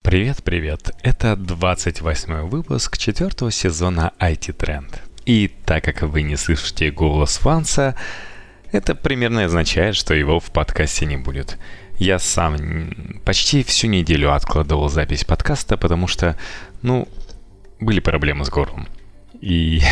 Привет! Это 28-й выпуск 4-го сезона IT Trend. И так как вы не слышите голос Ванса, это примерно означает, что его в подкасте не будет. Я сам почти всю неделю откладывал запись подкаста, потому что, были проблемы с горлом. И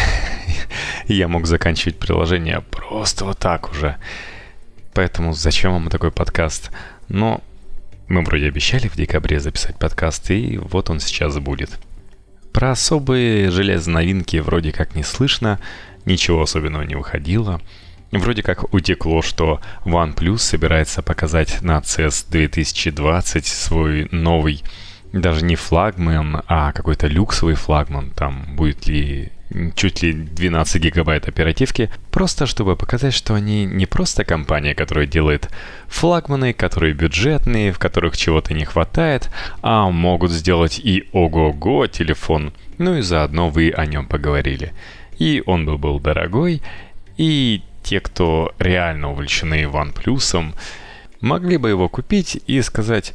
я мог заканчивать приложение просто вот так уже. Поэтому зачем вам такой подкаст? Но мы вроде обещали в декабре записать подкаст, и вот он сейчас будет. Про особые железные новинки вроде как не слышно, ничего особенного не выходило. Вроде как утекло, что OnePlus собирается показать на CES 2020 свой новый, даже не флагман, а какой-то люксовый флагман. Там будет ли чуть ли 12 гигабайт оперативки, просто чтобы показать, что они не просто компания, которая делает флагманы, которые бюджетные, в которых чего-то не хватает, а могут сделать и ого-го телефон. И заодно вы о нем поговорили. И он был дорогой, и те, кто реально увлечены OnePlus, могли бы его купить и сказать: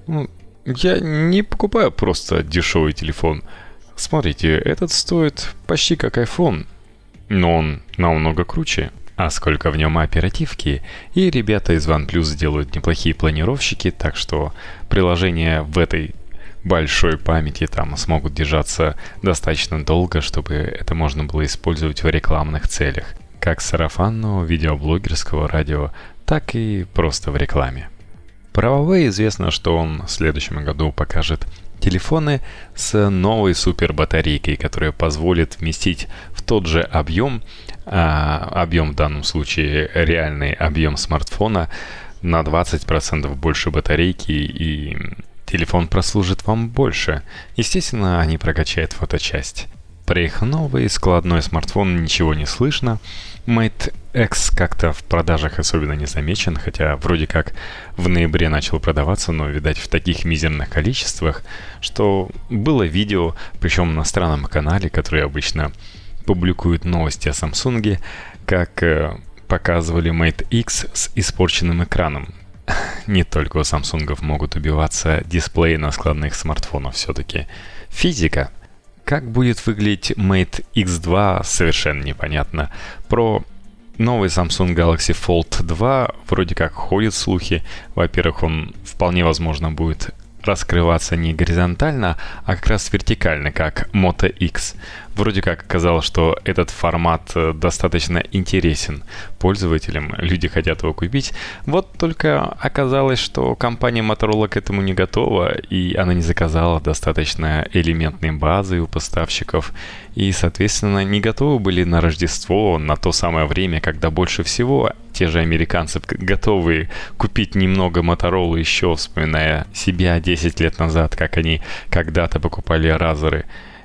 я не покупаю просто дешевый телефон. Смотрите, этот стоит почти как iPhone, но он намного круче. А сколько в нем оперативки. И ребята из OnePlus делают неплохие планировщики, так что приложения в этой большой памяти там смогут держаться достаточно долго, чтобы это можно было использовать в рекламных целях. Как сарафанного видеоблогерского радио, так и просто в рекламе. Про Huawei известно, что он в следующем году покажет телефоны с новой супербатарейкой, которая позволит вместить в тот же объем, объем в данном случае реальный объем смартфона, на 20% больше батарейки, и телефон прослужит вам больше. Естественно, они прокачают фоточасть. Про их новый складной смартфон ничего не слышно. Mate X как-то в продажах особенно не замечен, хотя вроде как в ноябре начал продаваться, но, видать, в таких мизерных количествах, что было видео, причем на странном канале, который обычно публикует новости о Samsung, как показывали Mate X с испорченным экраном. Не только у Samsung могут убиваться дисплеи на складных смартфонах все-таки. Физика. Как будет выглядеть Mate X2, совершенно непонятно. Про новый Samsung Galaxy Fold 2 вроде как ходят слухи. Во-первых, он вполне возможно будет раскрываться не горизонтально, а как раз вертикально, как Moto X. Вроде как оказалось, что этот формат достаточно интересен пользователям, люди хотят его купить. Вот только оказалось, что компания Motorola к этому не готова, и она не заказала достаточно элементной базы у поставщиков, и, соответственно, не готовы были на Рождество, на то самое время, когда больше всего те же американцы готовы купить немного Motorola еще, вспоминая себя 10 лет назад, как они когда-то покупали разеры.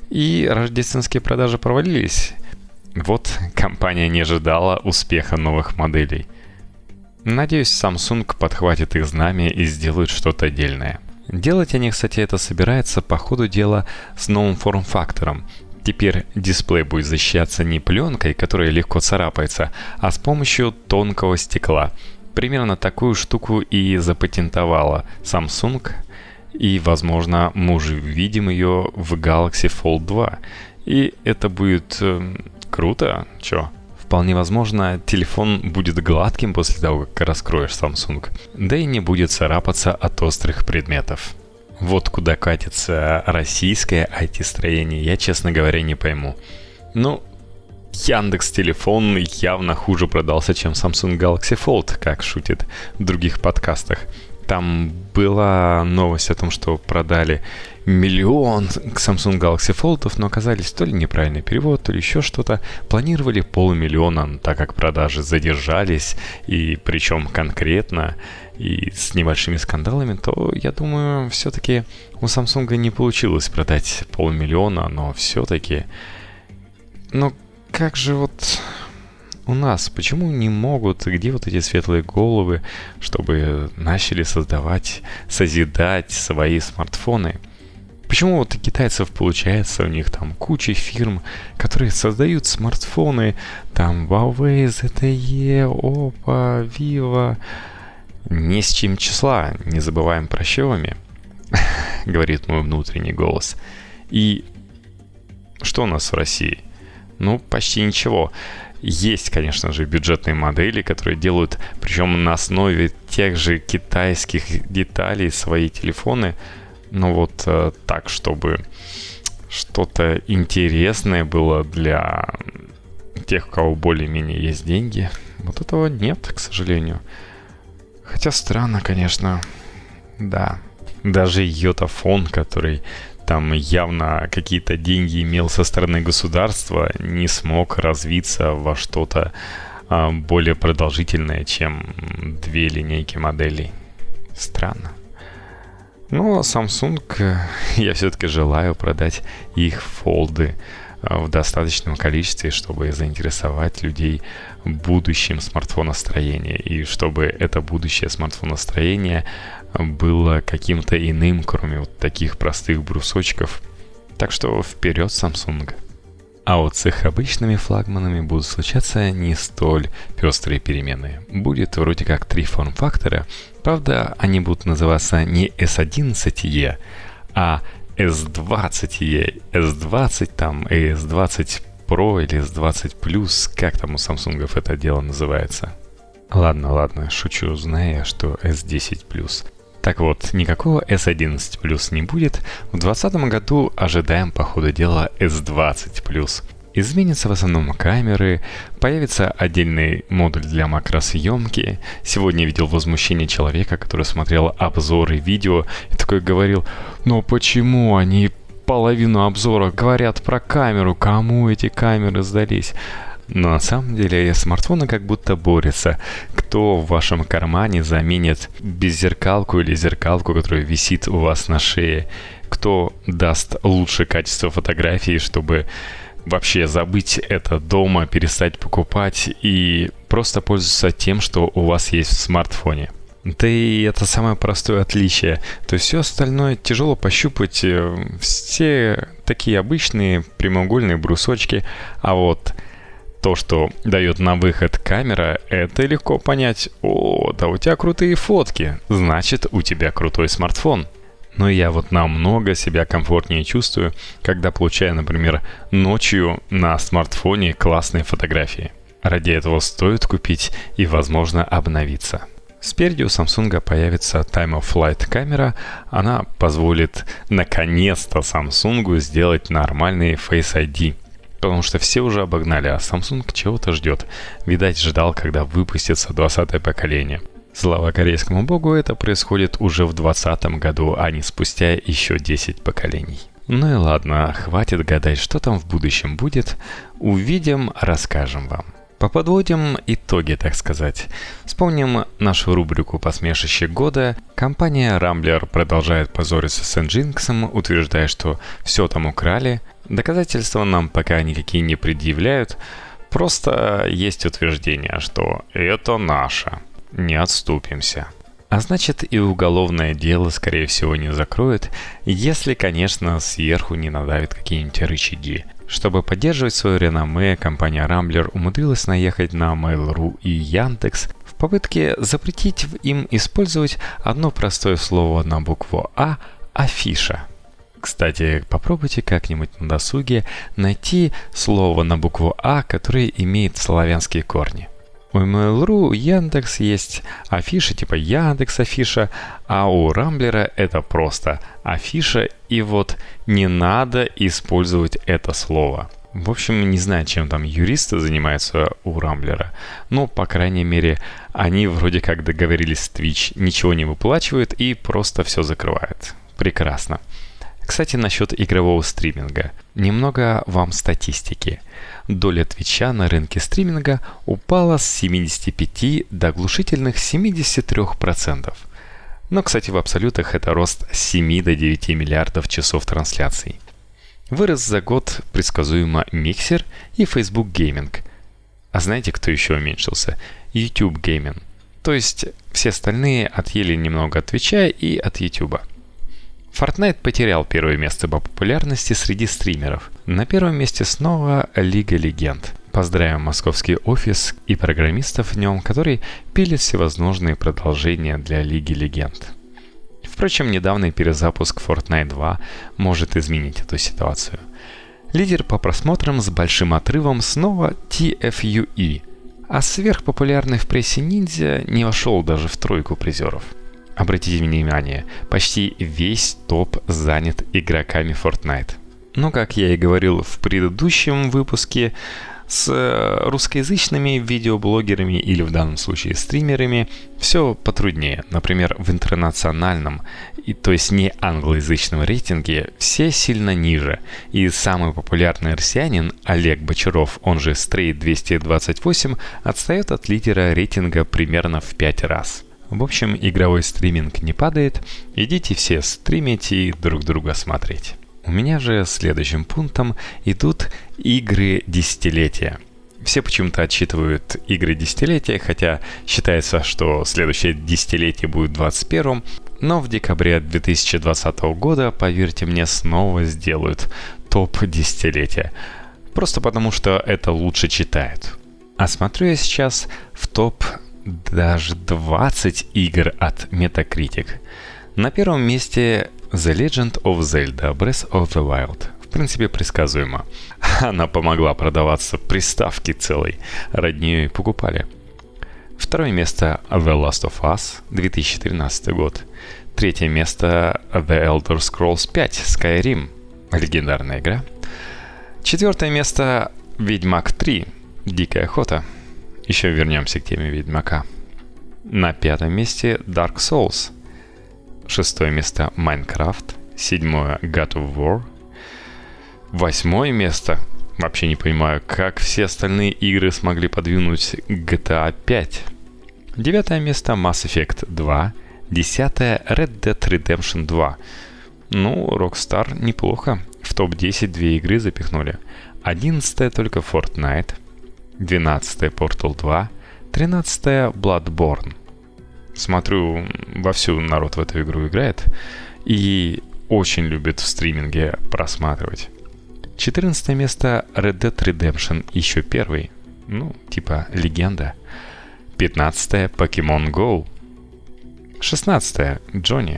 И рождественские продажи провалились. Вот компания не ожидала успеха новых моделей. Надеюсь, Samsung подхватит их знамя и сделает что-то отдельное. Делать они, кстати, это собираются по ходу дела с новым форм-фактором. Теперь дисплей будет защищаться не пленкой, которая легко царапается, а с помощью тонкого стекла. Примерно такую штуку и запатентовала Samsung. И, возможно, мы уже увидим ее в Galaxy Fold 2. И это будет круто. Вполне возможно, телефон будет гладким после того, как раскроешь Samsung. Да и не будет царапаться от острых предметов. Вот куда катится российское IT-строение, я, честно говоря, не пойму. Яндекс.Телефон явно хуже продался, чем Samsung Galaxy Fold, как шутит в других подкастах. Там была новость о том, что продали 1 миллион Samsung Galaxy Fold, но оказались то ли неправильный перевод, то ли еще что-то. Планировали 500 000, так как продажи задержались, и причем конкретно, и с небольшими скандалами, то, я думаю, все-таки у Samsung не получилось продать 500 000, но все-таки... как же у нас, почему не могут, где вот эти светлые головы, чтобы начали созидать свои смартфоны? Почему вот у китайцев получается, у них там куча фирм, которые создают смартфоны, там Huawei, ZTE, Oppo, Vivo, не с чем числа, не забываем про Xiaomi. говорит мой внутренний голос. И что у нас в России? Ну, почти ничего. Есть, конечно же, бюджетные модели, которые делают, причем на основе тех же китайских деталей, свои телефоны. Но вот так, чтобы что-то интересное было для тех, у кого более-менее есть деньги, вот этого нет, к сожалению. Хотя странно, конечно. Да. Даже йотафон, который там явно какие-то деньги имел со стороны государства, не смог развиться во что-то более продолжительное, чем 2 линейки моделей. Странно. Но Samsung, я все-таки желаю продать их фолды в достаточном количестве, чтобы заинтересовать людей будущим смартфоностроения. И чтобы это будущее смартфоностроение было каким-то иным, кроме вот таких простых брусочков. Так что вперед, Samsung. А вот с их обычными флагманами будут случаться не столь пестрые перемены. Будет вроде как 3 форм-фактора. Правда, они будут называться не S11e, а S20e, S20 там и S20 Pro или S20 Plus, как там у Samsung это дело называется. Ладно, шучу, зная, что S10 Plus. Так вот, никакого S11 Plus не будет. В 2020 году ожидаем по ходу дела S20 Plus. Изменятся в основном камеры, появится отдельный модуль для макросъемки. Сегодня я видел возмущение человека, который смотрел обзоры видео и такой говорил: «Но почему они половину обзора говорят про камеру? Кому эти камеры сдались?» Но на самом деле смартфоны как будто борются. Кто в вашем кармане заменит беззеркалку или зеркалку, которая висит у вас на шее? Кто даст лучшее качество фотографии, чтобы вообще забыть это дома, перестать покупать и просто пользоваться тем, что у вас есть в смартфоне? Да и это самое простое отличие. То есть все остальное тяжело пощупать. Все такие обычные прямоугольные брусочки. А вот то, что дает на выход камера, это легко понять. О, да у тебя крутые фотки. Значит, у тебя крутой смартфон. Но я вот намного себя комфортнее чувствую, когда получаю, например, ночью на смартфоне классные фотографии. Ради этого стоит купить и, возможно, обновиться. Спереди у Samsung появится Time of Flight камера. Она позволит наконец-то Samsung сделать нормальный Face ID. Потому что все уже обогнали, а Samsung чего-то ждет. Видать, ждал, когда выпустится 20-е поколение. Слава корейскому богу, это происходит уже в 2020 году, а не спустя еще 10 поколений. Ну и ладно, хватит гадать, что там в будущем будет. Увидим, расскажем вам. Подводим итоги, так сказать. Вспомним нашу рубрику «Посмешище года». Компания Rambler продолжает позориться с Nginx, утверждая, что все там украли. Доказательства нам пока никакие не предъявляют. Просто есть утверждение, что это наше. Не отступимся. А значит, и уголовное дело, скорее всего, не закроют, если, конечно, сверху не надавят какие-нибудь рычаги. Чтобы поддерживать свое реноме, компания Rambler умудрилась наехать на Mail.ru и Яндекс в попытке запретить им использовать одно простое слово на букву «А» – афиша. Кстати, попробуйте как-нибудь на досуге найти слово на букву «А», которое имеет славянские корни. У Mail.ru, Яндекс есть афиша типа Яндекс афиша, а у Рамблера это просто афиша, и вот не надо использовать это слово. В общем, не знаю, чем там юристы занимаются у Рамблера, но, по крайней мере, они вроде как договорились с Twitch, ничего не выплачивают и просто все закрывают. Прекрасно. Кстати, насчет игрового стриминга. Немного вам статистики. Доля Твича на рынке стриминга упала с 75 до оглушительных 73%. Но, кстати, в абсолютах это рост с 7 до 9 миллиардов часов трансляций. Вырос за год предсказуемо Mixer и Facebook Gaming. А знаете, кто еще уменьшился? YouTube Gaming. То есть все остальные отъели немного от Твича и от YouTube. Fortnite потерял первое место по популярности среди стримеров. На первом месте снова Лига Легенд. Поздравим московский офис и программистов в нем, которые пилят всевозможные продолжения для Лиги Легенд. Впрочем, недавний перезапуск Fortnite 2 может изменить эту ситуацию. Лидер по просмотрам с большим отрывом снова TFUE, а сверхпопулярный в прессе ниндзя не вошел даже в тройку призеров. Обратите внимание, почти весь топ занят игроками Fortnite. Но, как я и говорил в предыдущем выпуске, с русскоязычными видеоблогерами или в данном случае стримерами все потруднее. Например, в интернациональном, то есть не англоязычном рейтинге, все сильно ниже. И самый популярный россиянин Олег Бочаров, он же Stray228, отстает от лидера рейтинга примерно в 5 раз. В общем, игровой стриминг не падает, идите все стримить и друг друга смотреть. У меня же следующим пунктом идут игры десятилетия. Все почему-то отсчитывают игры десятилетия, хотя считается, что следующее десятилетие будет 21-м, но в декабре 2020 года, поверьте мне, снова сделают топ десятилетия. Просто потому, что это лучше читают. А смотрю я сейчас в топ даже 20 игр от Metacritic. На первом месте The Legend of Zelda Breath of the Wild. В принципе, предсказуемо. Она помогла продаваться приставки целой. Ради нее и покупали. Второе место The Last of Us, 2013 год. Третье место The Elder Scrolls 5 Skyrim. Легендарная игра. Четвертое место Ведьмак 3 Дикая охота. Еще вернемся к теме Ведьмака. На пятом месте Dark Souls. Шестое место Minecraft. Седьмое God of War. Восьмое место. Вообще не понимаю, как все остальные игры смогли подвинуть GTA 5. Девятое место Mass Effect 2. Десятое Red Dead Redemption 2. Ну, Rockstar неплохо. В топ-10 две игры запихнули. 11 только Fortnite. 12 Portal 2. 13 Bloodborne. Смотрю, вовсю народ в эту игру играет и очень любит в стриминге просматривать. 14 место Red Dead Redemption, еще первый. Ну, типа легенда. 15 Pokemon Go. 16 Джонни.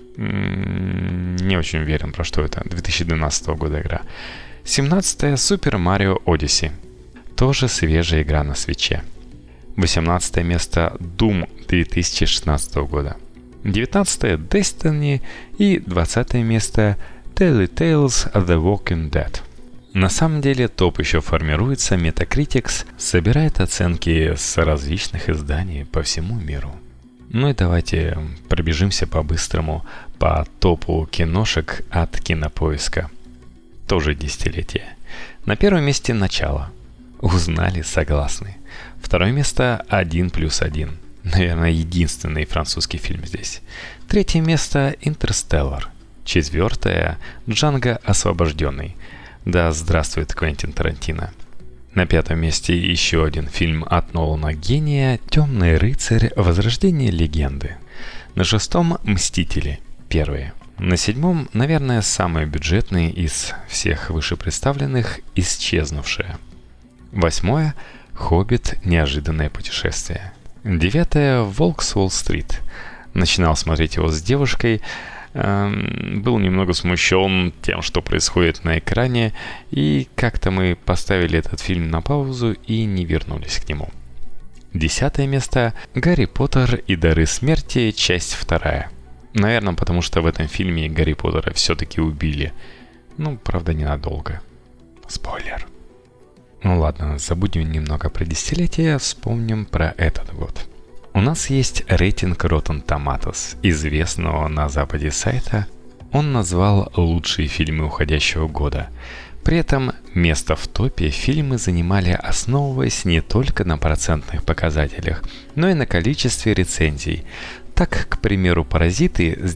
Не очень уверен, про что это. 2012 года игра. 17 Super Mario Odyssey. Тоже свежая игра на свитче. 18 место Doom 2016 года. 19 Destiny и 20 место Telltale's The Walking Dead. На самом деле топ еще формируется, Metacritic собирает оценки с различных изданий по всему миру. Ну и давайте пробежимся по-быстрому по топу киношек от Кинопоиска. Тоже десятилетие. На первом месте «Начало». Узнали, согласны. Второе место «1+1». Наверное, единственный французский фильм здесь. Третье место «Интерстеллар». Четвертое «Джанго освобожденный». Да здравствует Квентин Тарантино. На пятом месте еще один фильм от Нолана гения «Темный рыцарь. Возрождение легенды». На шестом «Мстители». Первые. На седьмом, наверное, самый бюджетный из всех вышепредставленных «Исчезнувшая». Восьмое «Хоббит. Неожиданное путешествие». Девятое «Волк с Уолл-стрит». Начинал смотреть его с девушкой, был немного смущен тем, что происходит на экране, и как-то мы поставили этот фильм на паузу и не вернулись к нему. Десятое место «Гарри Поттер и дары смерти. Часть 2». Наверное, потому что в этом фильме Гарри Поттера все-таки убили. Ну, правда, ненадолго. Спойлер. Ну ладно, забудем немного про десятилетие, вспомним про этот год. У нас есть рейтинг Rotten Tomatoes, известного на Западе сайта. Он назвал лучшие фильмы уходящего года. При этом место в топе фильмы занимали, основываясь не только на процентных показателях, но и на количестве рецензий. Так, к примеру, «Паразиты» с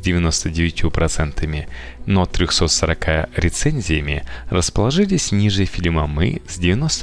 99%, но 340 рецензиями расположились ниже фильма «Мы» с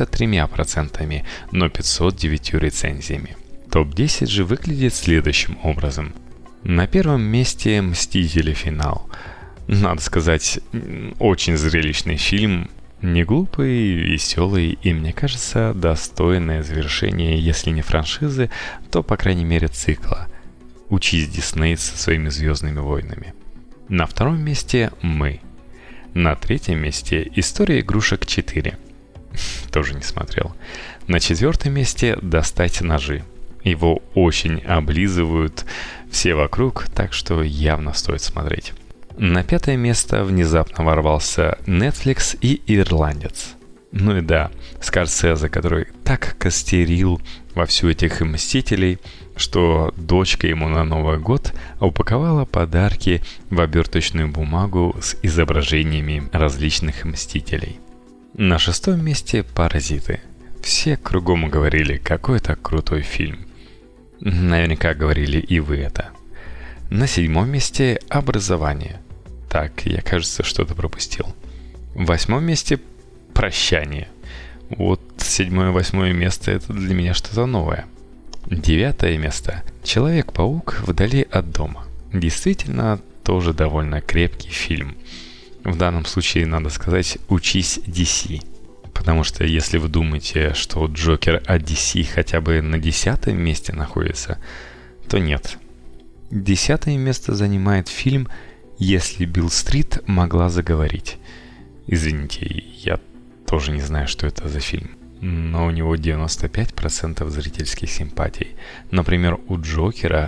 93%, но 509 рецензиями. Топ-10 же выглядит следующим образом. На первом месте «Мстители. Финал». Надо сказать, очень зрелищный фильм, не глупый, веселый и, мне кажется, достойное завершение, если не франшизы, то, по крайней мере, цикла. «Учись, Дисней» со своими «Звездными войнами». На втором месте «Мы». На третьем месте «История игрушек 4». Тоже не смотрел. На четвертом месте «Достать ножи». Его очень облизывают все вокруг, так что явно стоит смотреть. На пятое место внезапно ворвался Netflix и «Ирландец». Ну и да, Скорсезе, который так костерил вовсю этих «Мстителей», что дочка ему на Новый год упаковала подарки в оберточную бумагу с изображениями различных «Мстителей». На шестом месте «Паразиты». Все кругом говорили, какой это крутой фильм. Наверняка говорили и вы это. На седьмом месте «Образование». Так, я, кажется, что-то пропустил. В восьмом месте «Прощание». Вот седьмое и восьмое место — это для меня что-то новое. Девятое место «Человек-паук вдали от дома». Действительно, тоже довольно крепкий фильм. В данном случае надо сказать «Учись, DC». Потому что если вы думаете, что Джокер от DC хотя бы на 10-м месте находится, то нет. 10-е место занимает фильм «Если Билл Стрит могла заговорить». Извините, я тоже не знаю, что это за фильм. Но у него 95% зрительских симпатий. Например, у Джокера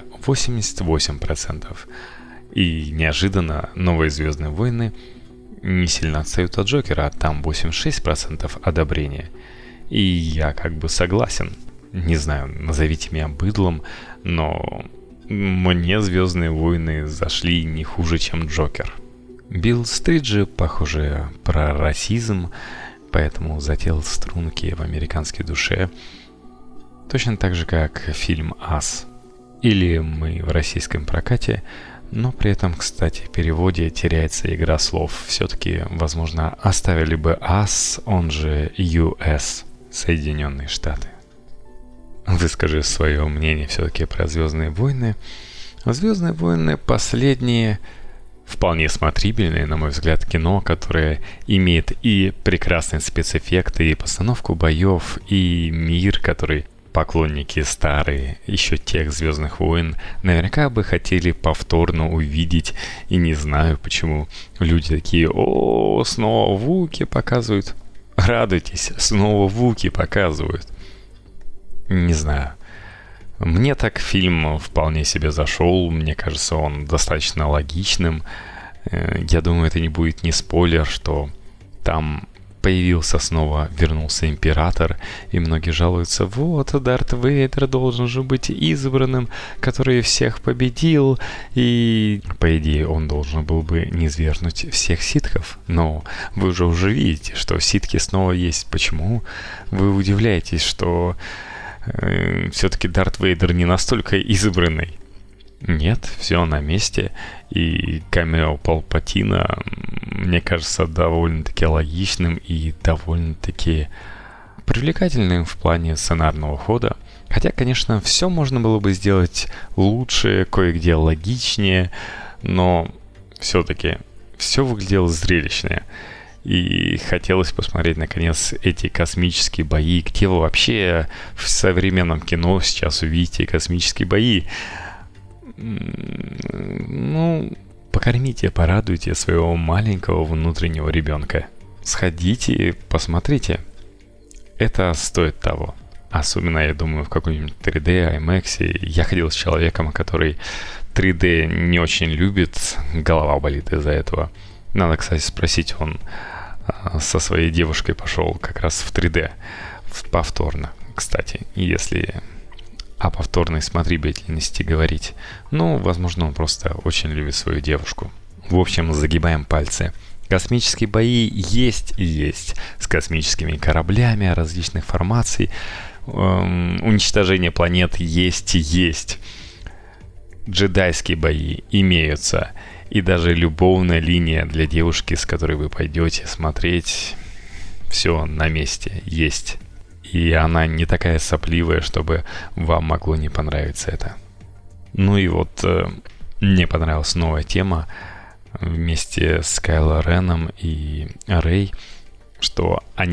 88%. И неожиданно «Новые Звездные войны» не сильно отстают от Джокера, а там 86% одобрения. И я как бы согласен. Не знаю, назовите меня быдлом, но мне «Звездные войны» зашли не хуже, чем Джокер. Билл Стрит же, похоже, про расизм, поэтому затеял струнки в американской душе. Точно так же, как фильм «Ас». Или «Мы» в российском прокате. Но при этом, кстати, в переводе теряется игра слов. Все-таки, возможно, оставили бы «Us», он же «US», Соединенные Штаты. Выскажи свое мнение все-таки про «Звездные войны». «Звездные войны» — последние, вполне смотрибельные, на мой взгляд, кино, которое имеет и прекрасные спецэффекты, и постановку боев, и мир, который... Поклонники старые, еще тех «Звездных войн», наверняка бы хотели повторно увидеть, и не знаю, почему люди такие: «О, снова Вуки показывают». Радуйтесь, снова Вуки показывают. Не знаю. Мне так фильм вполне себе зашел, мне кажется, он достаточно логичным. Я думаю, это не будет ни спойлер, что там... вернулся император, и многие жалуются: вот, Дарт Вейдер должен же быть избранным, который всех победил, и, по идее, он должен был бы низвергнуть всех ситхов. Но вы же уже видите, что ситхи снова есть. Почему вы удивляетесь, что все-таки Дарт Вейдер не настолько избранный? Нет, все на месте, и камео Палпатина, мне кажется, довольно-таки логичным и довольно-таки привлекательным в плане сценарного хода. Хотя, конечно, все можно было бы сделать лучше, кое-где логичнее, но все-таки все выглядело зрелищнее. И хотелось посмотреть, наконец, эти космические бои. Где вы вообще в современном кино сейчас увидите космические бои? Ну, покормите, порадуйте своего маленького внутреннего ребенка. Сходите, посмотрите. Это стоит того. Особенно, я думаю, в какой-нибудь 3D, IMAX. Я ходил с человеком, который 3D не очень любит. Голова болит из-за этого. Надо, кстати, спросить, он со своей девушкой пошел как раз в 3D. Повторно, кстати, если... о повторной смотрибельности говорить. Ну, возможно, он просто очень любит свою девушку. В общем, загибаем пальцы. Космические бои есть и есть. С космическими кораблями различных формаций. Уничтожение планет есть и есть. Джедайские бои имеются. И даже любовная линия для девушки, с которой вы пойдете смотреть, все на месте есть. И она не такая сопливая, чтобы вам могло не понравиться это. Ну и вот мне понравилась новая тема вместе с Кайло Реном и Рей, что они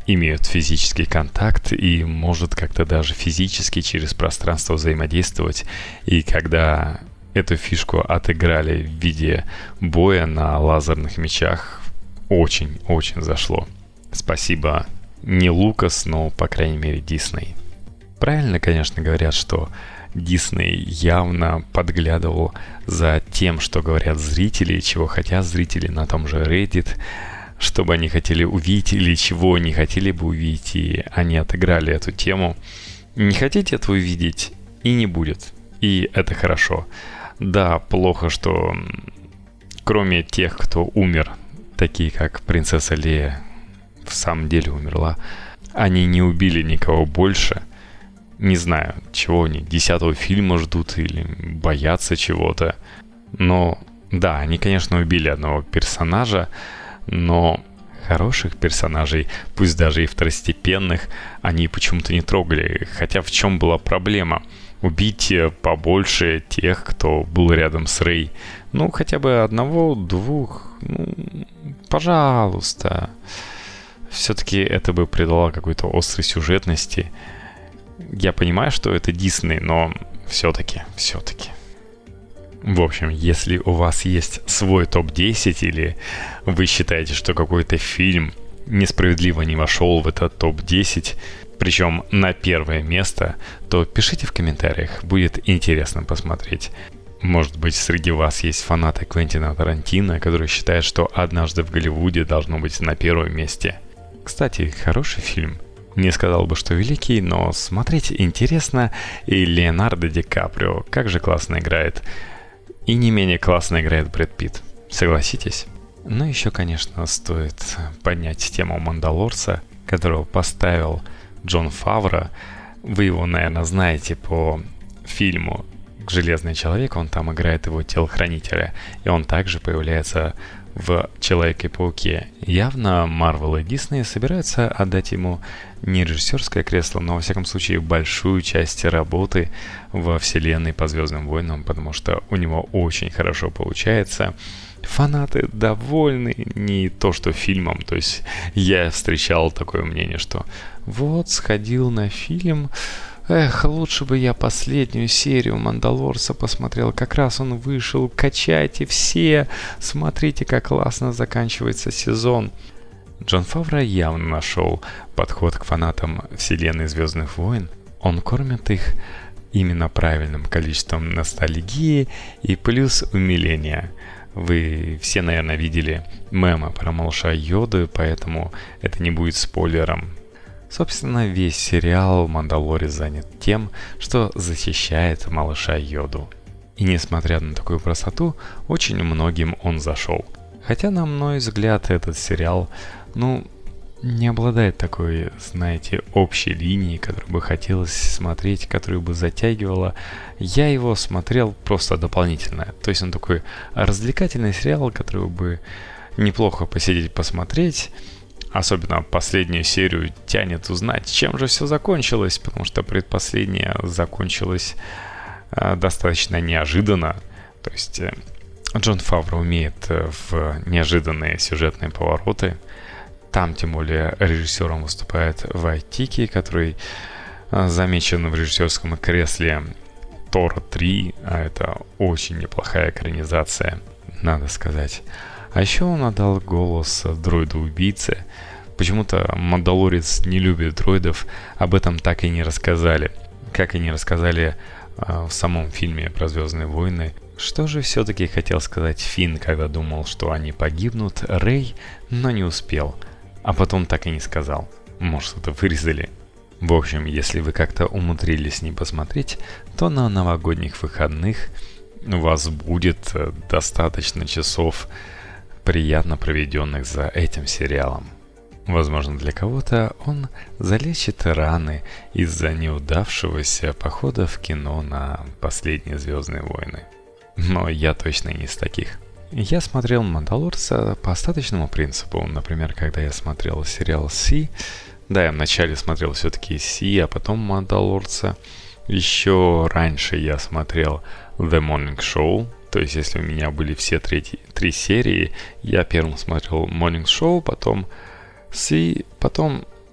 имеют физический контакт и может как-то даже физически через пространство взаимодействовать. И когда эту фишку отыграли в виде боя на лазерных мечах, очень-очень зашло. Спасибо не Лукас, но, по крайней мере, Дисней. Правильно, конечно, говорят, что Дисней явно подглядывал за тем, что говорят зрители, чего хотят зрители на том же Reddit, что бы они хотели увидеть или чего не хотели бы увидеть, и они отыграли эту тему. Не хотите этого увидеть, и не будет. И это хорошо. Да, плохо, что кроме тех, кто умер, такие как принцесса Лея, в самом деле умерла, они не убили никого больше. Не знаю, чего они, 10-го фильма ждут или боятся чего-то. Но да, они, конечно, убили одного персонажа, но хороших персонажей, пусть даже и второстепенных, они почему-то не трогали. Хотя в чем была проблема? Убить побольше тех, кто был рядом с Рэй. Ну, хотя бы одного, двух. Ну, пожалуйста. Все-таки это бы придало какой-то острой сюжетности. Я понимаю, что это Дисней, но все-таки. В общем, если у вас есть свой топ-10 или вы считаете, что какой-то фильм несправедливо не вошел в этот топ-10, причем на первое место, то пишите в комментариях, будет интересно посмотреть. Может быть, среди вас есть фанаты Квентина Тарантино, которые считают, что «Однажды в Голливуде» должно быть на первом месте. Кстати, хороший фильм. Не сказал бы, что великий, но смотреть интересно, и Леонардо Ди Каприо как же классно играет. И не менее классно играет Брэд Питт. Согласитесь? Ну, еще, конечно, стоит поднять тему «Мандалорца», которого поставил Джон Фавро. Вы его, наверное, знаете по фильму «Железный человек». Он там играет его телохранителя. И он также появляется в «Человеке-пауке». Явно Marvel и Disney собираются отдать ему не режиссерское кресло, но, во всяком случае, большую часть работы во вселенной по «Звездным войнам», потому что у него очень хорошо получается. Фанаты довольны не то что фильмом, то есть я встречал такое мнение, что вот, сходил на фильм, лучше бы я последнюю серию «Мандалорца» посмотрел, как раз он вышел, качайте все, смотрите, как классно заканчивается сезон. Джон Фавро явно нашел подход к фанатам вселенной «Звездных войн». Он кормит их именно правильным количеством ностальгии и плюс умиления. Вы все, наверное, видели мемы про малыша Йоду, поэтому это не будет спойлером. Собственно, весь сериал «Мандалорец» занят тем, что защищает малыша Йоду. И несмотря на такую простоту, очень многим он зашел. Хотя, на мой взгляд, этот сериал, не обладает такой, знаете, общей линией, которую бы хотелось смотреть, которую бы затягивала. Я его смотрел просто дополнительно. То есть он такой развлекательный сериал, который бы неплохо посидеть, посмотреть. Особенно последнюю серию тянет узнать, чем же все закончилось, потому что предпоследняя закончилась достаточно неожиданно. То есть Джон Фавро умеет в неожиданные сюжетные повороты. Там, тем более, режиссером выступает Вайтики, который замечен в режиссерском кресле Тора 3, а это очень неплохая экранизация, надо сказать. А еще он отдал голос дроиду-убийце. Почему-то Мандалорец не любит дроидов, об этом так и не рассказали. Как и не рассказали в самом фильме про «Звездные войны». Что же все-таки хотел сказать Финн, когда думал, что они погибнут, Рэй, но не успел. А потом так и не сказал. Может, это вырезали. В общем, если вы как-то умудрились не посмотреть, то на новогодних выходных у вас будет достаточно часов, приятно проведенных за этим сериалом. Возможно, для кого-то он залечит раны из-за неудавшегося похода в кино на последние «Звездные войны». Но я точно не из таких. Я смотрел «Мандалорца» по остаточному принципу. Например, когда я смотрел сериал «Си», да, я вначале смотрел все-таки «Си», а потом «Мандалорца». Еще раньше я смотрел «The Morning Show». То есть, если у меня были все три серии, я первым смотрел «Morning Show», потом «Си», потом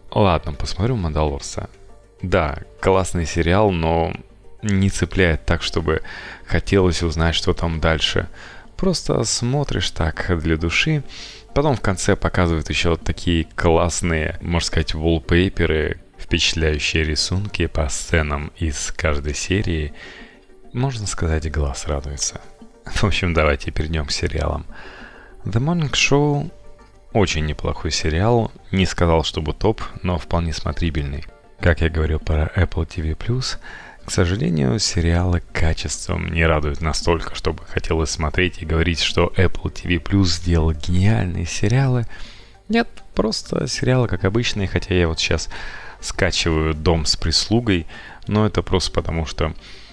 ладно, посмотрю «Мандалорца». Да, классный сериал, но не цепляет так, чтобы хотелось узнать, что там дальше. Просто смотришь так для души. Потом в конце показывают еще такие классные, можно сказать, wallpaper'ы, впечатляющие рисунки по сценам из каждой серии. Можно сказать, глаз радуется. В общем, давайте перейдем к сериалам. The Morning Show очень неплохой сериал. Не сказал, чтобы топ, но вполне смотрибельный. Как я говорил про Apple TV+, к сожалению, сериалы качеством не радуют настолько, чтобы хотелось смотреть и говорить, что Apple TV+ сделал гениальные сериалы. Нет, просто сериалы как обычные, хотя я вот сейчас скачиваю «Дом с прислугой», но это просто потому, что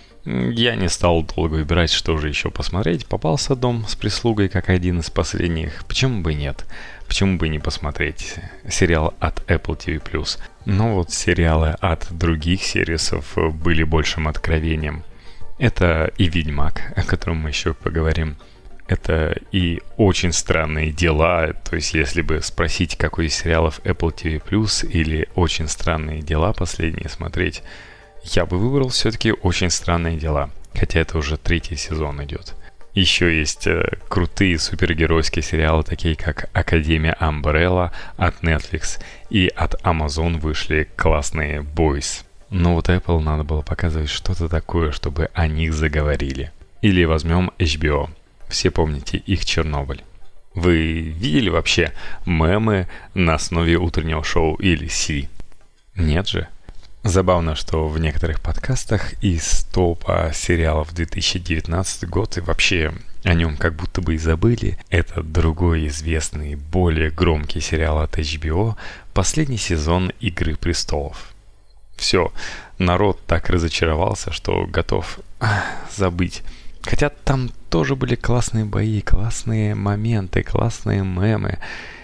я не стал долго выбирать, что же еще посмотреть. Попался «Дом с прислугой» как один из последних. Почему бы нет? Почему бы не посмотреть сериал от Apple TV+. Но вот сериалы от других сервисов были большим откровением. Это и «Ведьмак», о котором мы еще поговорим. Это и «Очень странные дела». То есть, если бы спросить, какой из сериалов Apple TV+, или «Очень странные дела» последние смотреть, я бы выбрал все-таки «Очень странные дела». Хотя это уже 3-й сезон идет. Еще есть крутые супергеройские сериалы, такие как «Академия Umbrella» от Netflix, и от Amazon вышли классные «Boys». Но вот Apple надо было показывать что-то такое, чтобы о них заговорили. Или возьмем HBO. Все помните их «Чернобыль». Вы видели вообще мемы на основе утреннего шоу или Си? Нет же? Забавно, что в некоторых подкастах из топа сериалов 2019 год и вообще о нем как будто бы и забыли. Это другой известный, более громкий сериал от HBO, последний сезон «Игры престолов». Все, народ так разочаровался, что готов забыть. Хотя там тоже были классные бои, классные моменты, классные мемы.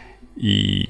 И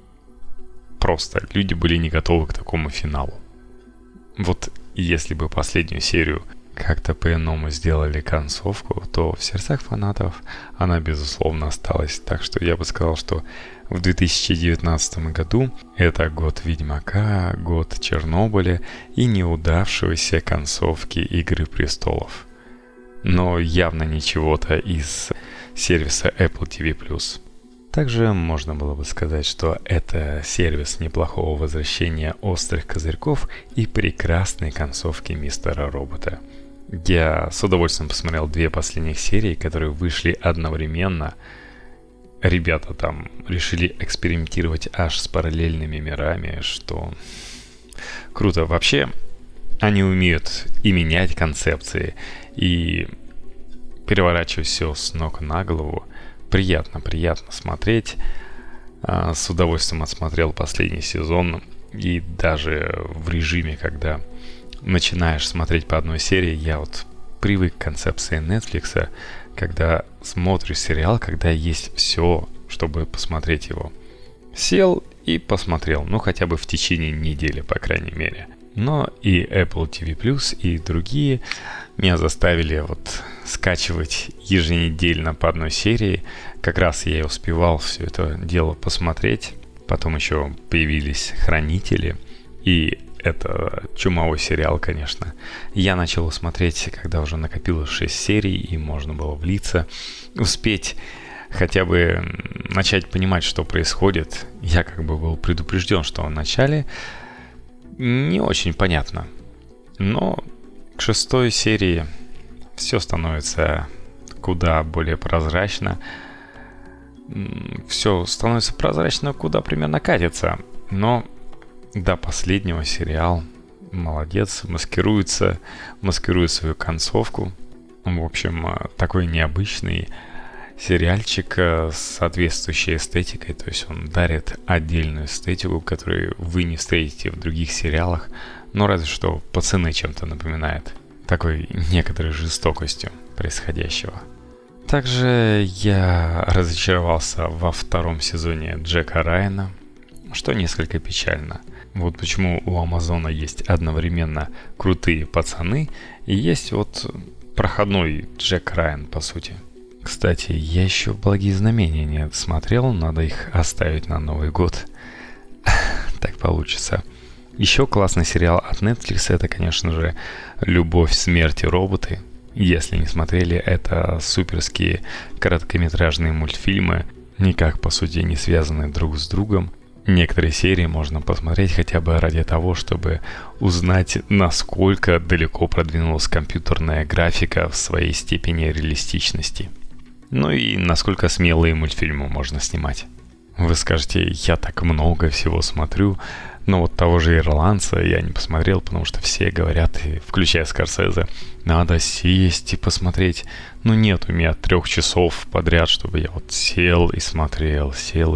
просто люди были не готовы к такому финалу. Вот если бы последнюю серию как-то по-иному сделали концовку, то в сердцах фанатов она, безусловно, осталась. Так что я бы сказал, что в 2019 году это год Ведьмака, год Чернобыля и неудавшегося концовки «Игры престолов». Но явно не чего-то из сервиса Apple TV+. Также можно было бы сказать, что это сервис неплохого возвращения острых козырьков и прекрасной концовки Мистера Робота. Я с удовольствием посмотрел 2 последних серии, которые вышли одновременно. Ребята там решили экспериментировать аж с параллельными мирами, что круто. Вообще, они умеют и менять концепции, и переворачивать все с ног на голову. Приятно смотреть. С удовольствием отсмотрел последний сезон. И даже в режиме, когда начинаешь смотреть по одной серии, я вот привык к концепции Netflix, когда смотришь сериал, когда есть все, чтобы посмотреть его. Сел и посмотрел, ну хотя бы в течение недели, по крайней мере. Но и Apple TV+, и другие меня заставили вот скачивать еженедельно по одной серии. Как раз я и успевал все это дело посмотреть. Потом еще появились «Хранители». И это чумовой сериал, конечно. Я начал его смотреть, когда уже накопилось 6 серий, и можно было влиться, успеть хотя бы начать понимать, что происходит. Я как бы был предупрежден, что в начале не очень понятно. Но к 6 серии все становится куда более прозрачно. Все становится прозрачно, куда примерно катится. Но до последнего сериал молодец, маскирует свою концовку. В общем, такой необычный сериальчик с соответствующей эстетикой. То есть он дарит отдельную эстетику, которую вы не встретите в других сериалах. Но разве что «Пацаны» чем-то напоминает. Такой некоторой жестокостью происходящего. Также я разочаровался во 2 сезоне Джека Райана, что несколько печально. Вот почему у Амазона есть одновременно крутые пацаны и есть вот проходной Джек Райан, по сути. Кстати, я еще «Благие знамения» не смотрел, надо их оставить на Новый год. так получится. Еще классный сериал от Netflix — это, конечно же, «Любовь, смерть и роботы». Если не смотрели, это суперские короткометражные мультфильмы, никак по сути не связанные друг с другом. Некоторые серии можно посмотреть хотя бы ради того, чтобы узнать, насколько далеко продвинулась компьютерная графика в своей степени реалистичности. Ну и насколько смелые мультфильмы можно снимать. Вы скажете, я так много всего смотрю, но вот того же «Ирландца» я не посмотрел, потому что все говорят, включая Скорсезе, надо сесть и посмотреть. Но нет у меня 3 часов подряд, чтобы я вот сел и смотрел.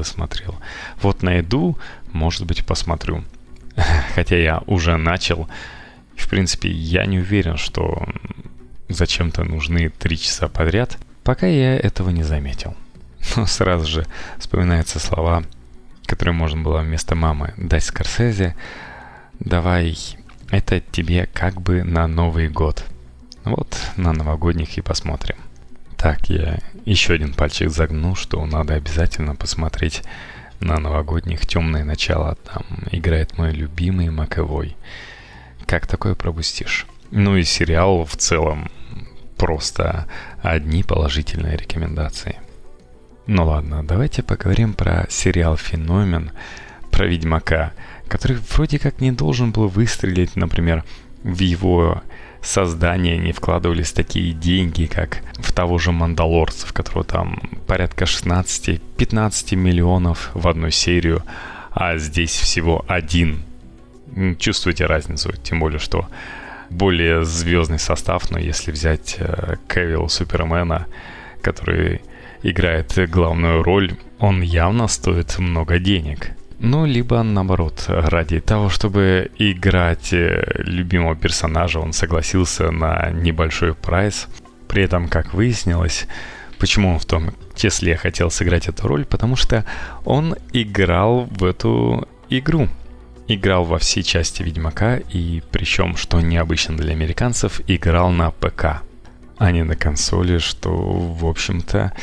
Вот найду, может быть, посмотрю. Хотя я уже начал. В принципе, я не уверен, что зачем-то нужны 3 часа подряд, пока я этого не заметил. Но сразу же вспоминаются слова, которые можно было вместо мамы дать Скорсезе. Давай, это тебе как бы на Новый год. Вот на новогодних и посмотрим. Так, я еще один пальчик загну, что надо обязательно посмотреть на новогодних «Темное начало». Там играет мой любимый Макэвой. Как такое пропустишь? Ну и сериал в целом просто одни положительные рекомендации. Ну ладно, давайте поговорим про сериал «Феномен», про Ведьмака, который вроде как не должен был выстрелить, например, в его создание не вкладывались такие деньги, как в того же «Мандалорца», в которого там порядка 16-15 миллионов в одну серию, а здесь всего 1. Чувствуете разницу, тем более, что более звездный состав, но если взять Кевилла Супермена, который играет главную роль, он явно стоит много денег. Ну, либо наоборот, ради того, чтобы играть любимого персонажа, он согласился на небольшой прайс. При этом, как выяснилось, почему он в том числе хотел сыграть эту роль, потому что он играл в эту игру. Играл во все части Ведьмака, и причем, что необычно для американцев, играл на ПК, а не на консоли, что, в общем-то,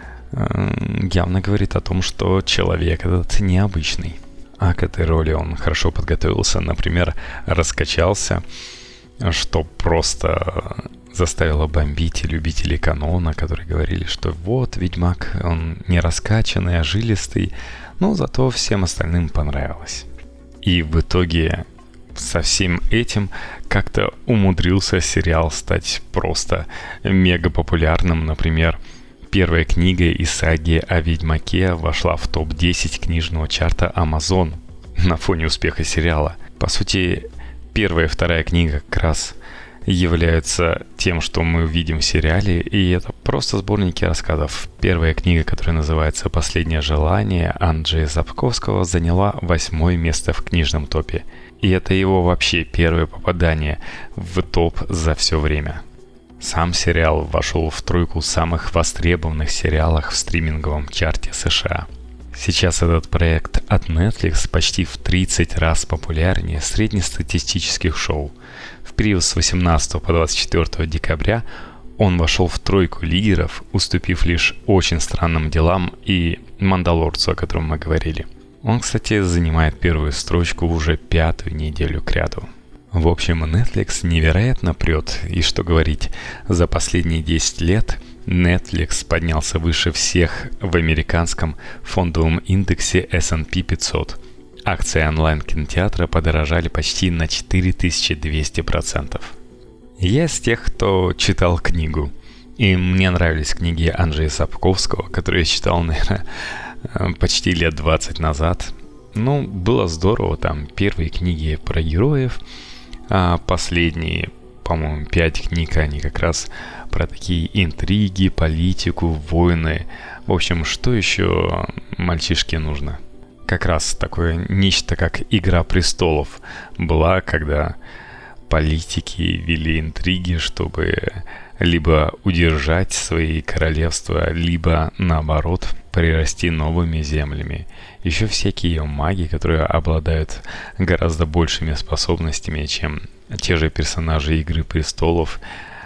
явно говорит о том, что человек этот необычный. А к этой роли он хорошо подготовился, например, раскачался, что просто заставило бомбить любителей канона, которые говорили, что вот Ведьмак, он не раскачанный, а жилистый, но зато всем остальным понравилось. И в итоге со всем этим как-то умудрился сериал стать просто мега популярным. Например, первая книга из саги о Ведьмаке вошла в топ-10 книжного чарта Amazon на фоне успеха сериала. По сути, первая и вторая книга как раз являются тем, что мы видим в сериале, и это просто сборники рассказов. Первая книга, которая называется «Последнее желание» Анджея Сапковского, заняла 8 место в книжном топе. И это его вообще первое попадание в топ за все время. Сам сериал вошел в 3 самых востребованных сериалов в стриминговом чарте США. Сейчас этот проект от Netflix почти в 30 раз популярнее среднестатистических шоу. В период с 18 по 24 декабря он вошел в 3 лидеров, уступив лишь «Очень странным делам» и «Мандалорцу», о котором мы говорили. Он, кстати, занимает первую строчку уже 5-ю неделю кряду. В общем, Netflix невероятно прет, и что говорить, за последние 10 лет Netflix поднялся выше всех в американском фондовом индексе S&P 500. Акции онлайн-кинотеатра подорожали почти на 4200%. Я из тех, кто читал книгу, и мне нравились книги Анджея Сапковского, которые я читал, наверное, почти лет 20 назад. Ну, было здорово, там первые книги про героев, а последние, по-моему, 5 книг, они как раз про такие интриги, политику, войны. В общем, что еще мальчишке нужно? Как раз такое нечто, как «Игра престолов» была, когда политики вели интриги, чтобы либо удержать свои королевства, либо, наоборот, прирасти новыми землями. Еще всякие маги, которые обладают гораздо большими способностями, чем те же персонажи «Игры престолов»,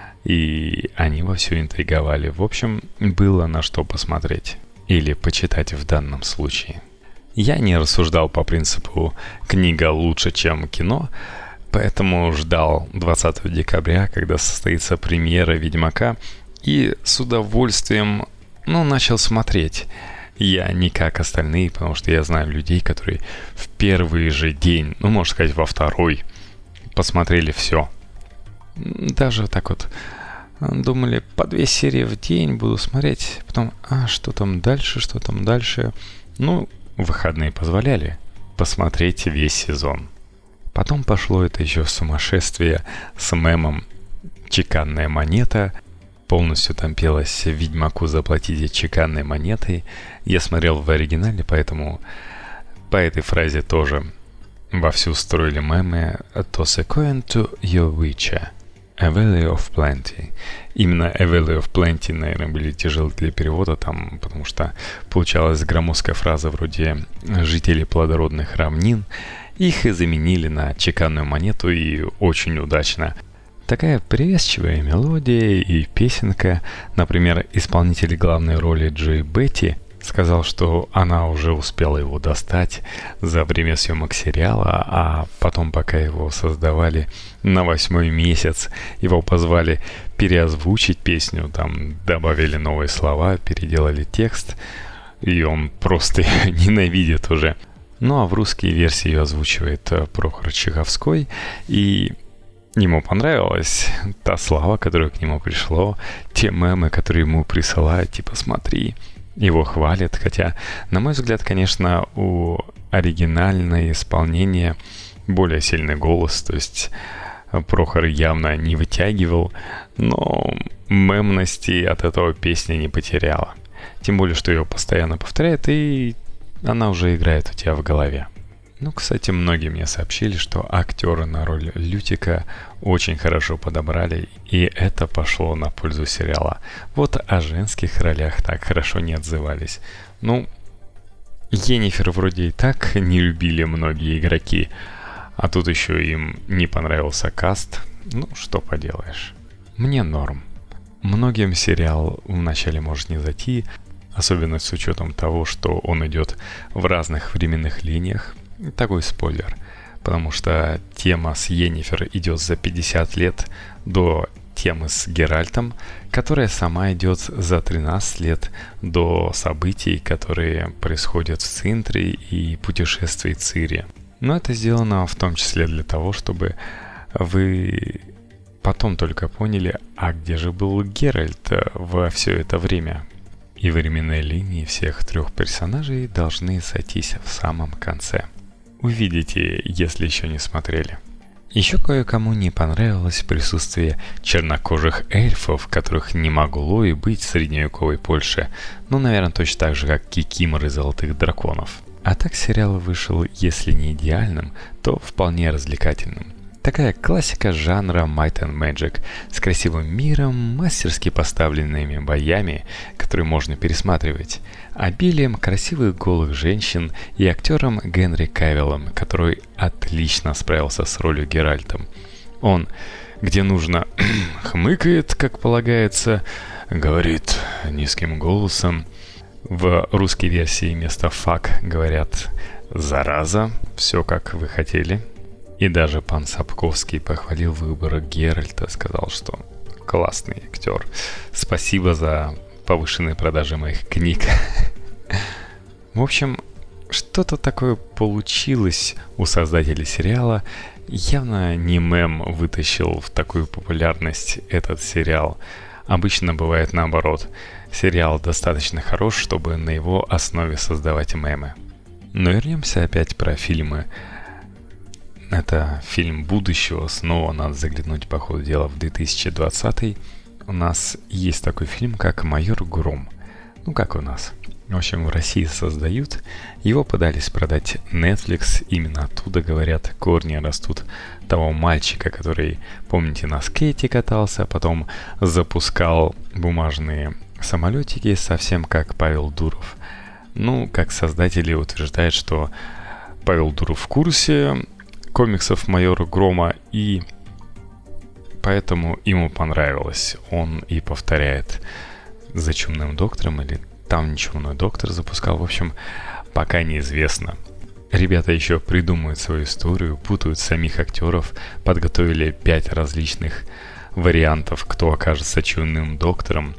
и они вовсю интриговали. В общем, было на что посмотреть или почитать в данном случае. Я не рассуждал по принципу «книга лучше, чем кино», поэтому ждал 20 декабря, когда состоится премьера «Ведьмака», и с удовольствием, начал смотреть. Я не как остальные, потому что я знаю людей, которые в первый же день, можно сказать, во второй, посмотрели все. Даже так вот думали, по 2 серии в день буду смотреть, потом, что там дальше. Выходные позволяли посмотреть весь сезон. Потом пошло это еще сумасшествие с мемом «Чеканная монета». Полностью там пелось «Ведьмаку заплатите чеканной монетой». Я смотрел в оригинале, поэтому по этой фразе тоже вовсю строили мемы «Toss a coin to your witcher, a value of plenty». Именно «a value of plenty», наверное, были тяжелы для перевода там, потому что получалась громоздкая фраза вроде «жители плодородных равнин». Их и заменили на чеканную монету, и очень удачно. Такая привязчивая мелодия и песенка. Например, исполнитель главной роли Джой Бетти сказал, что она уже успела его достать за время съемок сериала, а потом, пока его создавали на 8-й месяц, его позвали переозвучить песню, там добавили новые слова, переделали текст, и он просто ненавидит уже. А в русской версии ее озвучивает Прохор Чеховской, и ему понравилась та слава, которая к нему пришло, те мемы, которые ему присылают, типа «смотри», его хвалят, хотя, на мой взгляд, конечно, у оригинального исполнения более сильный голос, то есть Прохор явно не вытягивал, но мемности от этого песня не потеряла. Тем более, что ее постоянно повторяют, и она уже играет у тебя в голове. Кстати, многие мне сообщили, что актеры на роль Лютика очень хорошо подобрали, и это пошло на пользу сериала. Вот о женских ролях так хорошо не отзывались. Йеннифер вроде и так не любили многие игроки, а тут еще им не понравился каст. Что поделаешь. Мне норм. Многим сериал вначале может не зайти, особенно с учетом того, что он идет в разных временных линиях. Такой спойлер, потому что тема с Йеннифер идет за 50 лет до темы с Геральтом, которая сама идет за 13 лет до событий, которые происходят в Цинтре и путешествий Цири. Но это сделано в том числе для того, чтобы вы потом только поняли, где же был Геральт во все это время. И временные линии всех 3 персонажей должны сойтись в самом конце. Увидите, если еще не смотрели. Еще кое-кому не понравилось присутствие чернокожих эльфов, которых не могло и быть в средневековой Польше. Наверное, точно так же, как кикиморы золотых драконов. А так сериал вышел, если не идеальным, то вполне развлекательным. Такая классика жанра Might and Magic с красивым миром, мастерски поставленными боями, которые можно пересматривать, обилием красивых голых женщин и актером Генри Кавиллом, который отлично справился с ролью Геральта. Он, где нужно, хмыкает, как полагается, говорит низким голосом. В русской версии вместо «фак» говорят «зараза», все как вы хотели. И даже пан Сапковский похвалил выбор Геральта, сказал, что классный актер. Спасибо за повышенные продажи моих книг. В общем, что-то такое получилось у создателей сериала. Явно не мем вытащил в такую популярность этот сериал. Обычно бывает наоборот. Сериал достаточно хорош, чтобы на его основе создавать мемы. Но вернемся опять про фильмы. Это фильм будущего, снова надо заглянуть по ходу дела в 2020. У нас есть такой фильм, как «Майор Гром». Как у нас. В общем, в России создают. Его пытались продать Netflix. Именно оттуда, говорят, корни растут того мальчика, который, помните, на скейте катался, потом запускал бумажные самолетики, совсем как Павел Дуров. Как создатели утверждают, что Павел Дуров в курсе комиксов «Майора Грома», и поэтому ему понравилось. Он и повторяет «За чумным доктором», или там «Чумной доктор» запускал. В общем, пока неизвестно. Ребята еще придумывают свою историю, путают самих актеров, подготовили 5 различных вариантов, кто окажется чумным доктором.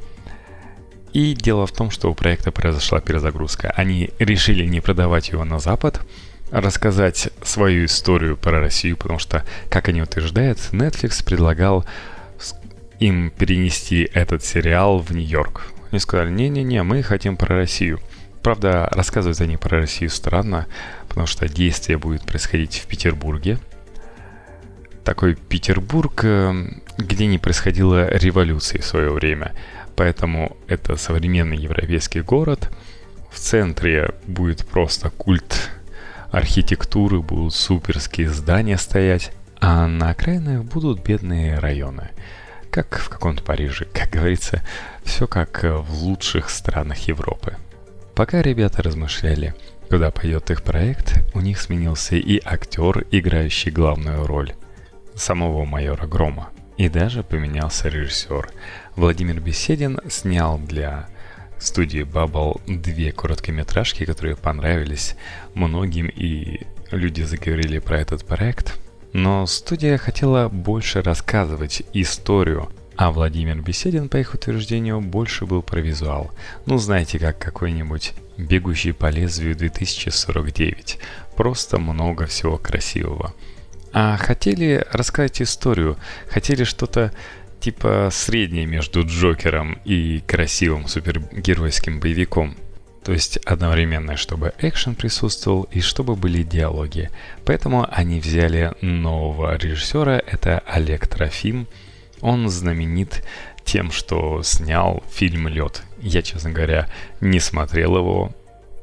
И дело в том, что у проекта произошла перезагрузка. Они решили не продавать его на Запад, а рассказать свою историю про Россию, потому что, как они утверждают, Netflix предлагал им перенести этот сериал в Нью-Йорк. Они сказали, не-не-не, мы хотим про Россию. Правда, рассказывают они про Россию странно, потому что действие будет происходить в Петербурге. Такой Петербург, где не происходила революции в свое время. Поэтому это современный европейский город. В центре будет просто культ архитектуры, будут суперские здания стоять, а на окраинах будут бедные районы. Как в каком-то Париже, как говорится, все как в лучших странах Европы. Пока ребята размышляли, куда пойдет их проект, у них сменился и актер, играющий главную роль самого майора Грома. И даже поменялся режиссер. Владимир Беседин снял для студии Bubble 2 короткометражки, которые понравились многим, и люди заговорили про этот проект. Но студия хотела больше рассказывать историю, а Владимир Беседин, по их утверждению, больше был про визуал. Ну, знаете, как какой-нибудь «Бегущий по лезвию 2049». Просто много всего красивого. А хотели рассказать историю, хотели что-то типа среднее между Джокером и красивым супергеройским боевиком. То есть одновременно, чтобы экшен присутствовал и чтобы были диалоги. Поэтому они взяли нового режиссера, это Олег Трофим. Он знаменит тем, что снял фильм «Лед». Я, честно говоря, не смотрел его.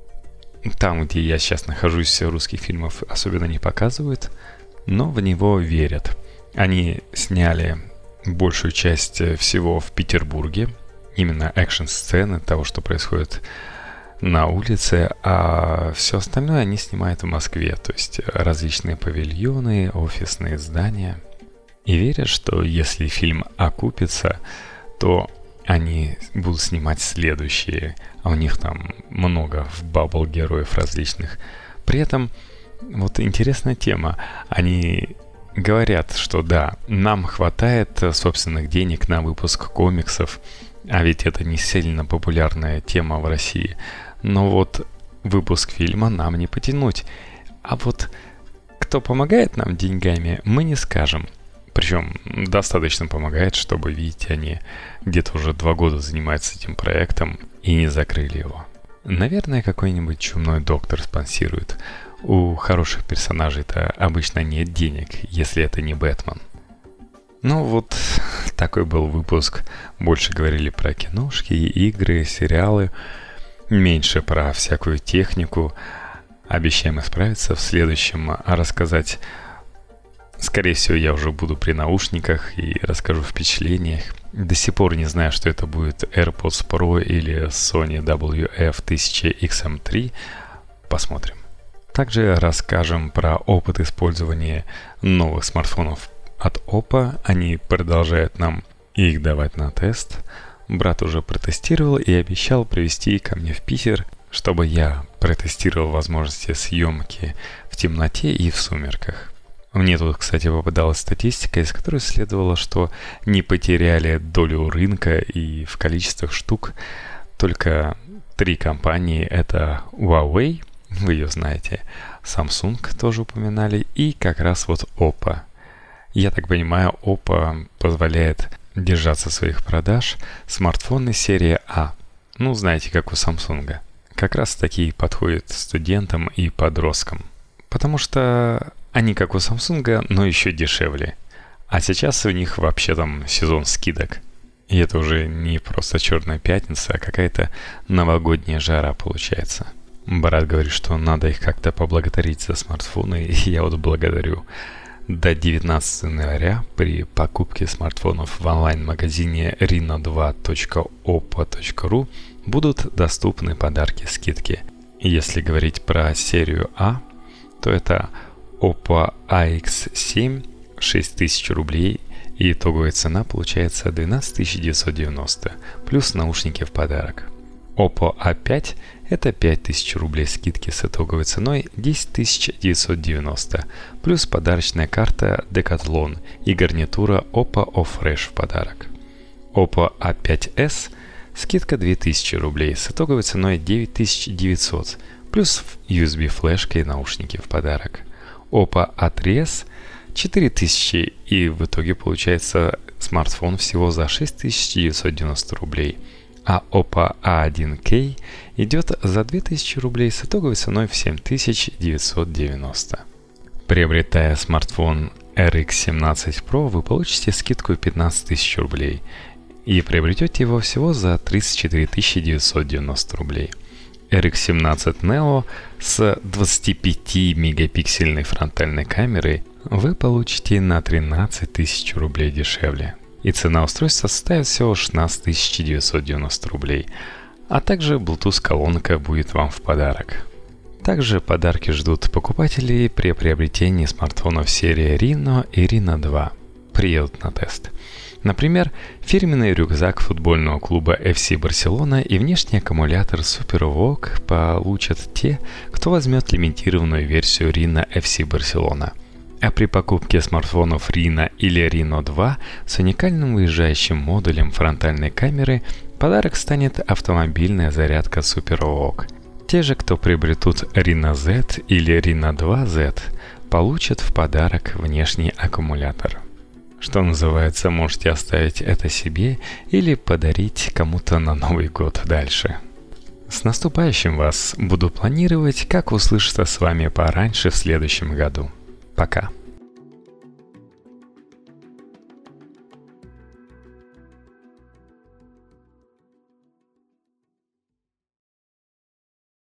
Там, где я сейчас нахожусь, русских фильмов особенно не показывают, но в него верят. Они сняли большую часть всего в Петербурге, именно экшн-сцены того, что происходит на улице, а все остальное они снимают в Москве, то есть различные павильоны, офисные здания. И верят, что если фильм окупится, то они будут снимать следующие, а у них там много в Bubble героев различных. При этом, вот интересная тема, они говорят, что да, нам хватает собственных денег на выпуск комиксов, а ведь это не сильно популярная тема в России. Но вот выпуск фильма нам не потянуть. А вот кто помогает нам деньгами, мы не скажем. Причем достаточно помогает, чтобы, видите, они где-то уже 2 года занимаются этим проектом и не закрыли его. Наверное, какой-нибудь чумной доктор спонсирует. У хороших персонажей-то обычно нет денег, если это не Бэтмен. Ну вот, такой был выпуск. Больше говорили про киношки, игры, сериалы. Меньше про всякую технику. Обещаем исправиться в следующем, рассказать. Скорее всего, я уже буду при наушниках и расскажу впечатлениях. До сих пор не знаю, что это будет AirPods Pro или Sony WF-1000XM3. Посмотрим. Также расскажем про опыт использования новых смартфонов от Oppo. Они продолжают нам их давать на тест. Брат уже протестировал и обещал привезти ко мне в Питер, чтобы я протестировал возможности съемки в темноте и в сумерках. Мне тут, кстати, попадалась статистика, из которой следовало, что не потеряли долю рынка и в количествах штук только 3 компании. Это Huawei, вы ее знаете, Samsung тоже упоминали, и как раз вот Oppo. Я так понимаю, Oppo позволяет держаться своих продаж смартфоны серии А. Ну, знаете, как у Samsung. Как раз такие подходят студентам и подросткам. Потому что они как у Samsung, но еще дешевле. А сейчас у них вообще там сезон скидок. И это уже не просто черная пятница, а какая-то новогодняя жара получается. Брат говорит, что надо их как-то поблагодарить за смартфоны, и я вот благодарю. До 19 января при покупке смартфонов в онлайн-магазине reno2.oppo.ru будут доступны подарки-скидки. И если говорить про серию А, то это Oppo AX7 6000 рублей, и итоговая цена получается 12 990, плюс наушники в подарок. Oppo A5 Это 5000 рублей скидки с итоговой ценой 10 990, плюс подарочная карта Decathlon и гарнитура Oppo O-Fresh в подарок. Oppo A5s скидка 2000 рублей с итоговой ценой 9900, плюс USB-флешка и наушники в подарок. Oppo A3s 4000, и в итоге получается смартфон всего за 6990 рублей. А Oppo A1K идет за 2000 рублей с итоговой ценой в 7990. Приобретая смартфон RX 17 Pro, вы получите скидку в 15 000 рублей и приобретете его всего за 34 990 рублей. RX 17 Neo с 25-мегапиксельной фронтальной камерой вы получите на 13 000 рублей дешевле. И цена устройства составит всего 16 990 рублей, а также Bluetooth-колонка будет вам в подарок. Также подарки ждут покупателей при приобретении смартфонов серии Reno и Reno 2. Приедут на тест. Например, фирменный рюкзак футбольного клуба FC Барселона и внешний аккумулятор SuperVOOC получат те, кто возьмет лимитированную версию Reno FC Барселона. А при покупке смартфонов Reno или Reno 2 с уникальным выезжающим модулем фронтальной камеры подарок станет автомобильная зарядка SuperVOOC. Те же, кто приобретут Reno Z или Reno 2Z, получат в подарок внешний аккумулятор. Что называется, можете оставить это себе или подарить кому-то на Новый год дальше. С наступающим вас! Буду планировать, как услышаться с вами пораньше в следующем году. Пока!